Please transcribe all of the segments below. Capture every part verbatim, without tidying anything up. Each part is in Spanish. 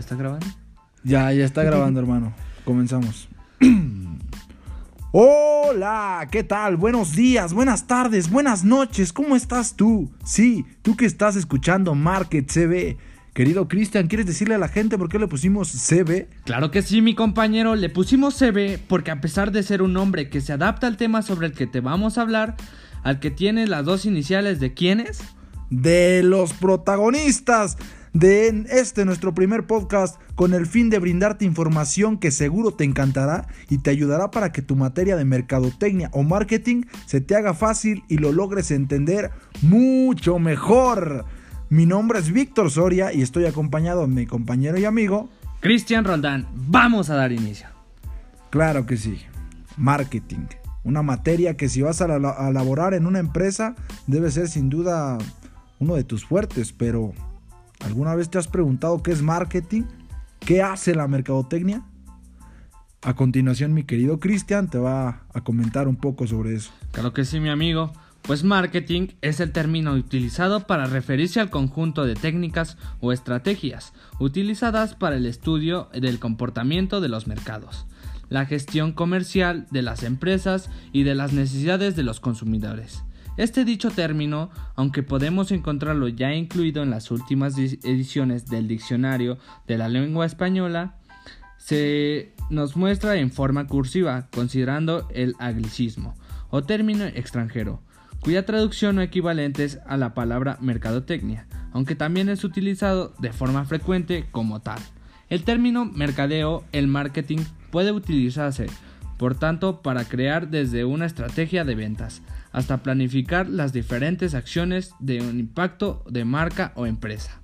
¿Está grabando? Ya, ya está grabando, hermano. Comenzamos. Hola, ¿qué tal? Buenos días, buenas tardes, buenas noches. ¿Cómo estás tú? Sí, tú que estás escuchando Market C B. Querido Cristian, ¿quieres decirle a la gente por qué le pusimos C B? Claro que sí, mi compañero. Le pusimos C B porque a pesar de ser un nombre que se adapta al tema sobre el que te vamos a hablar, al que tiene las dos iniciales de ¿quiénes? De los protagonistas de este nuestro primer podcast, con el fin de brindarte información que seguro te encantará y te ayudará para que tu materia de mercadotecnia o marketing se te haga fácil y lo logres entender mucho mejor. Mi nombre es Víctor Soria y estoy acompañado de mi compañero y amigo Cristian Roldán. Vamos a dar inicio. Claro que sí, marketing, una materia que si vas a, la, a laborar en una empresa debe ser sin duda uno de tus fuertes, pero ¿alguna vez te has preguntado qué es marketing? ¿Qué hace la mercadotecnia? A continuación, mi querido Cristian te va a comentar un poco sobre eso. Claro que sí, mi amigo. Pues marketing es el término utilizado para referirse al conjunto de técnicas o estrategias utilizadas para el estudio del comportamiento de los mercados, la gestión comercial de las empresas y de las necesidades de los consumidores. Este dicho término, aunque podemos encontrarlo ya incluido en las últimas ediciones del Diccionario de la Lengua Española, se nos muestra en forma cursiva, considerando el anglicismo o término extranjero, cuya traducción o equivalente es a la palabra mercadotecnia, aunque también es utilizado de forma frecuente como tal. El término mercadeo, el marketing, puede utilizarse, por tanto, para crear desde una estrategia de ventas, hasta planificar las diferentes acciones de un impacto de marca o empresa.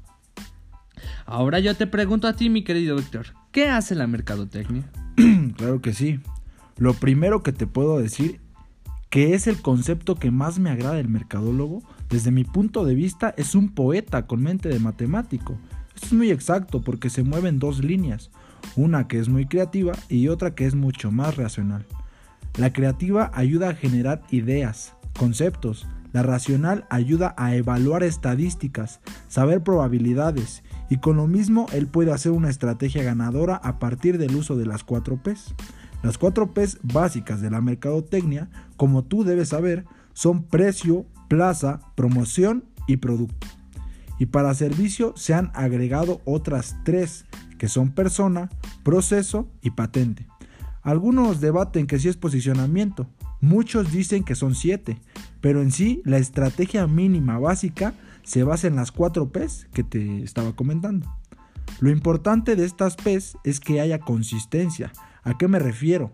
Ahora yo te pregunto a ti, mi querido Víctor, ¿qué hace la mercadotecnia? Claro que sí. Lo primero que te puedo decir, que es el concepto que más me agrada del mercadólogo, desde mi punto de vista, es un poeta con mente de matemático. Esto es muy exacto porque se mueven dos líneas, una que es muy creativa y otra que es mucho más racional. La creativa ayuda a generar ideas, conceptos. La racional ayuda a evaluar estadísticas, saber probabilidades, y con lo mismo él puede hacer una estrategia ganadora a partir del uso de las cuatro P's. Las cuatro P's básicas de la mercadotecnia, como tú debes saber, son precio, plaza, promoción y producto. Y para servicio se han agregado otras tres, que son persona, proceso y patente. Algunos debaten que sí es posicionamiento, muchos dicen que son siete, pero en sí la estrategia mínima básica se basa en las cuatro P's que te estaba comentando. Lo importante de estas P's es que haya consistencia. ¿A qué me refiero?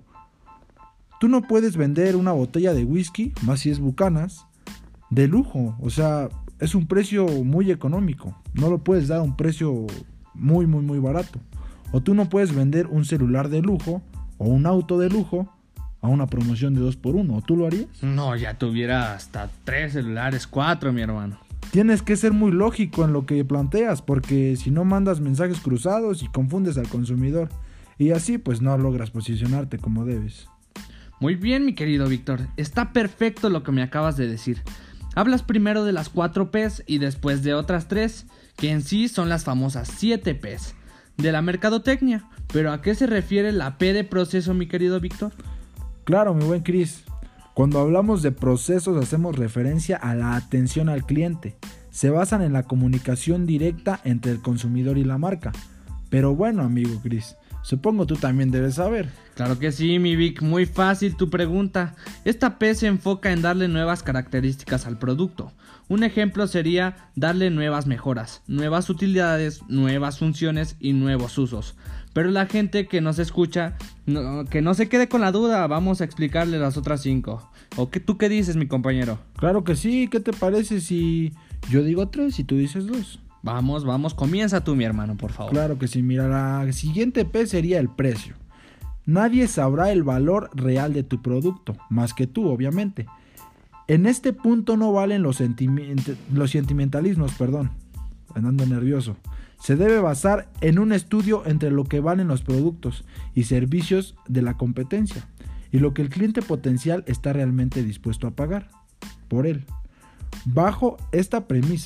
Tú no puedes vender una botella de whisky, más si es Bucanas, de lujo, o sea, es un precio muy económico, no lo puedes dar a un precio muy muy muy barato. O tú no puedes vender un celular de lujo o un auto de lujo a una promoción de dos por uno, ¿o tú lo harías? No, ya tuviera hasta tres celulares, cuatro, mi hermano. Tienes que ser muy lógico en lo que planteas, porque si no mandas mensajes cruzados y confundes al consumidor, y así pues no logras posicionarte como debes. Muy bien, mi querido Víctor, está perfecto lo que me acabas de decir. Hablas primero de las cuatro P's y después de otras tres, que en sí son las famosas siete P's de la mercadotecnia. ¿Pero a qué se refiere la P de proceso, mi querido Víctor? Claro, mi buen Chris. Cuando hablamos de procesos hacemos referencia a la atención al cliente. Se basan en la comunicación directa entre el consumidor y la marca. Pero bueno, amigo Chris, supongo tú también debes saber. Claro que sí, mi Vic, muy fácil tu pregunta. Esta P se enfoca en darle nuevas características al producto. Un ejemplo sería darle nuevas mejoras, nuevas utilidades, nuevas funciones y nuevos usos. Pero la gente que nos escucha, no, que no se quede con la duda, vamos a explicarle las otras cinco. ¿O qué, tú qué dices, mi compañero? Claro que sí, ¿qué te parece si yo digo tres y tú dices dos? Vamos, vamos, comienza tú, mi hermano, por favor. Claro que sí, mira, la siguiente P sería el precio. Nadie sabrá el valor real de tu producto, más que tú, obviamente. En este punto no valen los, sentiment- los sentimentalismos, perdón, andando nervioso. Se debe basar en un estudio entre lo que valen los productos y servicios de la competencia y lo que el cliente potencial está realmente dispuesto a pagar por él. Bajo esta premisa,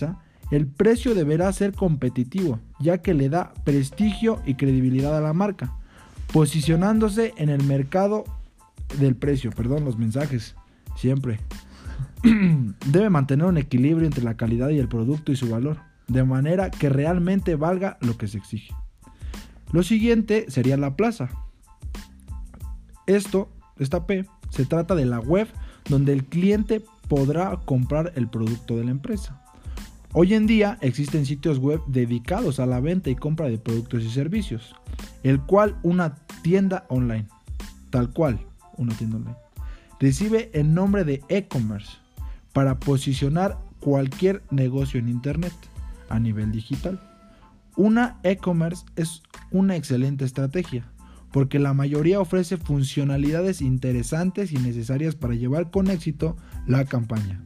El precio deberá ser competitivo, ya que le da prestigio y credibilidad a la marca, posicionándose en el mercado del precio, perdón, los mensajes, siempre. Debe mantener un equilibrio entre la calidad y el producto y su valor, de manera que realmente valga lo que se exige. Lo siguiente sería la plaza. Esto, esta P, se trata de la web donde el cliente podrá comprar el producto de la empresa. Hoy en día existen sitios web dedicados a la venta y compra de productos y servicios, el cual una tienda online, tal cual una tienda online, recibe el nombre de e-commerce para posicionar cualquier negocio en internet a nivel digital. Una e-commerce es una excelente estrategia, porque la mayoría ofrece funcionalidades interesantes y necesarias para llevar con éxito la campaña.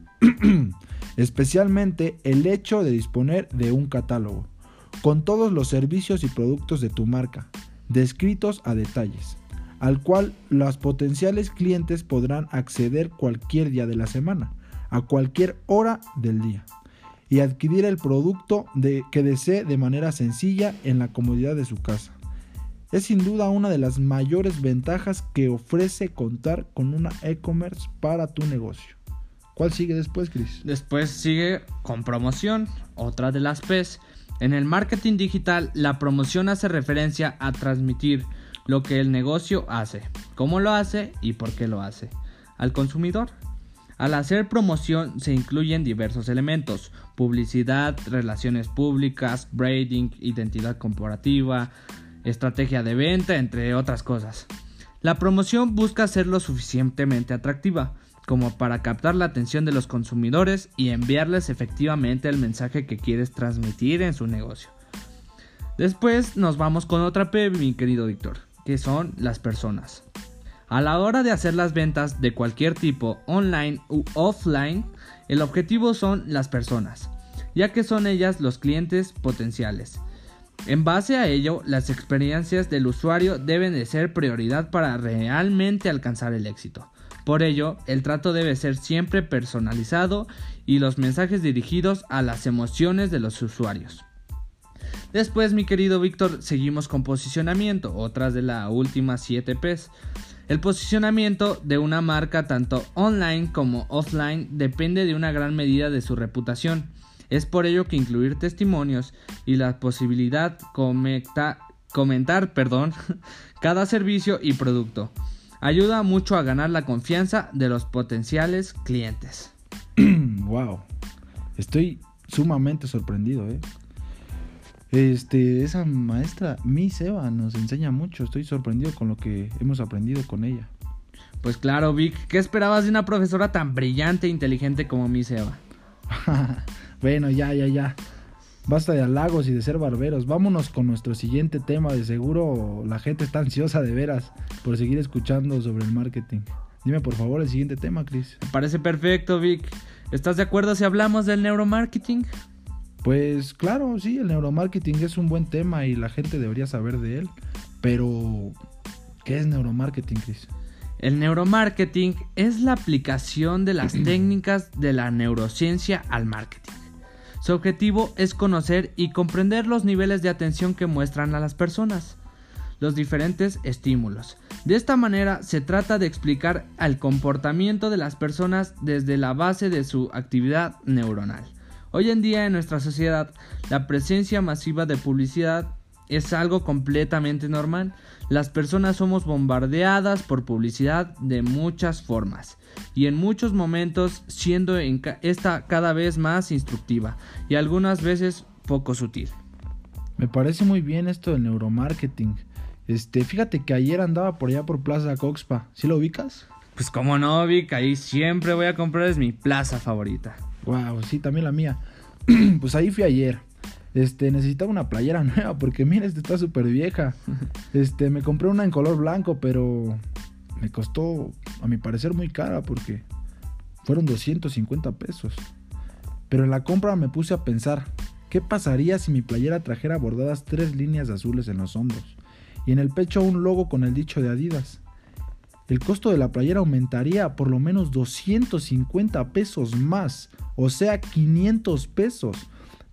Especialmente el hecho de disponer de un catálogo, con todos los servicios y productos de tu marca, descritos a detalles, al cual los potenciales clientes podrán acceder cualquier día de la semana, a cualquier hora del día, y adquirir el producto de, que desee de manera sencilla en la comodidad de su casa. Es sin duda una de las mayores ventajas que ofrece contar con una e-commerce para tu negocio. ¿Cuál sigue después, Chris? Después sigue con promoción, otra de las P's. En el marketing digital, la promoción hace referencia a transmitir lo que el negocio hace, cómo lo hace y por qué lo hace al consumidor. Al hacer promoción se incluyen diversos elementos: publicidad, relaciones públicas, branding, identidad corporativa, estrategia de venta, entre otras cosas. La promoción busca ser lo suficientemente atractiva como para captar la atención de los consumidores y enviarles efectivamente el mensaje que quieres transmitir en su negocio. Después nos vamos con otra P, mi querido Víctor, que son las personas. A la hora de hacer las ventas de cualquier tipo, online u offline, el objetivo son las personas, ya que son ellas los clientes potenciales. En base a ello, las experiencias del usuario deben de ser prioridad para realmente alcanzar el éxito. Por ello, el trato debe ser siempre personalizado y los mensajes dirigidos a las emociones de los usuarios. Después, mi querido Víctor, seguimos con posicionamiento, otras de las últimas siete P's. El posicionamiento de una marca tanto online como offline depende de una gran medida de su reputación. Es por ello que incluir testimonios y la posibilidad comenta, comentar perdón, cada servicio y producto ayuda mucho a ganar la confianza de los potenciales clientes. Wow, estoy sumamente sorprendido, ¿eh? Este, esa maestra, Miss Eva, nos enseña mucho. Estoy sorprendido con lo que hemos aprendido con ella. Pues claro, Vic, ¿qué esperabas de una profesora tan brillante e inteligente como Miss Eva? Bueno, ya, ya, ya. Basta de halagos y de ser barberos. Vámonos con nuestro siguiente tema. De seguro la gente está ansiosa de veras por seguir escuchando sobre el marketing. Dime por favor el siguiente tema, Chris. Me parece perfecto, Vic. ¿Estás de acuerdo si hablamos del neuromarketing? Pues claro, sí, el neuromarketing es un buen tema y la gente debería saber de él. Pero, ¿qué es neuromarketing, Chris? El neuromarketing es la aplicación de las técnicas de la neurociencia al marketing. Su objetivo es conocer y comprender los niveles de atención que muestran a las personas, los diferentes estímulos. De esta manera se trata de explicar el comportamiento de las personas desde la base de su actividad neuronal. Hoy en día en nuestra sociedad, la presencia masiva de publicidad es algo completamente normal. Las personas somos bombardeadas por publicidad de muchas formas y en muchos momentos siendo en ca- esta cada vez más instructiva y algunas veces poco sutil. Me parece muy bien esto del neuromarketing. Este, fíjate que ayer andaba por allá por Plaza Coxpa. ¿Sí lo ubicas? Pues como no, Vic, ahí siempre voy a comprar, es mi plaza favorita. Wow, sí, también la mía. Pues ahí fui ayer. Este, necesitaba una playera nueva porque mira, esta está súper vieja. Este, me compré una en color blanco, pero me costó, a mi parecer, muy cara porque fueron doscientos cincuenta pesos. Pero en la compra me puse a pensar, ¿qué pasaría si mi playera trajera bordadas tres líneas azules en los hombros y en el pecho un logo con el dicho de Adidas? El costo de la playera aumentaría por lo menos doscientos cincuenta pesos más, o sea, quinientos pesos.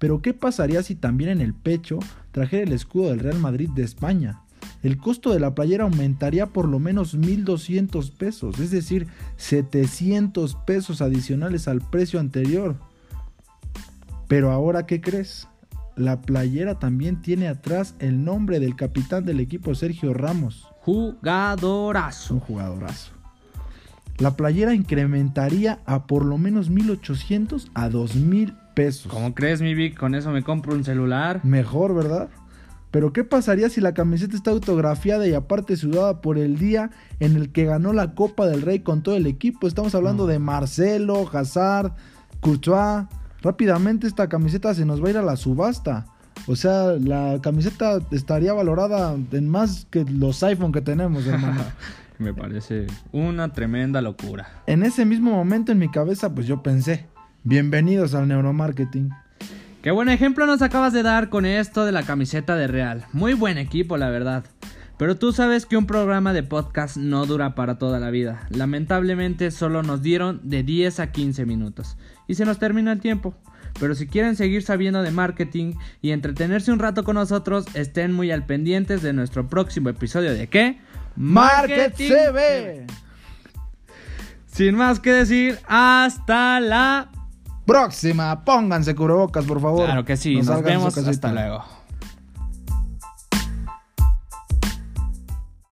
Pero ¿qué pasaría si también en el pecho trajera el escudo del Real Madrid de España? El costo de la playera aumentaría por lo menos mil doscientos pesos, es decir, setecientos pesos adicionales al precio anterior. Pero ahora, ¿qué crees? La playera también tiene atrás el nombre del capitán del equipo, Sergio Ramos. Jugadorazo. Un jugadorazo. La playera incrementaría a por lo menos mil ochocientos a dos mil pesos. ¿Cómo crees, mi Vic? Con eso me compro un celular. Mejor, ¿verdad? Pero ¿qué pasaría si la camiseta está autografiada y aparte sudada por el día en el que ganó la Copa del Rey con todo el equipo? Estamos hablando no. de Marcelo, Hazard, Courtois. Rápidamente esta camiseta se nos va a ir a la subasta. O sea, la camiseta estaría valorada en más que los iPhone que tenemos, hermano. Me parece una tremenda locura. En ese mismo momento en mi cabeza, pues yo pensé, bienvenidos al neuromarketing. Qué buen ejemplo nos acabas de dar con esto de la camiseta de Real. Muy buen equipo, la verdad. Pero tú sabes que un programa de podcast no dura para toda la vida. Lamentablemente solo nos dieron de diez a quince minutos. Y se nos termina el tiempo. Pero si quieren seguir sabiendo de marketing y entretenerse un rato con nosotros, estén muy al pendientes de nuestro próximo episodio de ¿qué? Market C B. Sin más que decir, hasta la próxima. Pónganse cubrebocas, por favor. Claro que sí, nos, nos vemos. Hasta luego.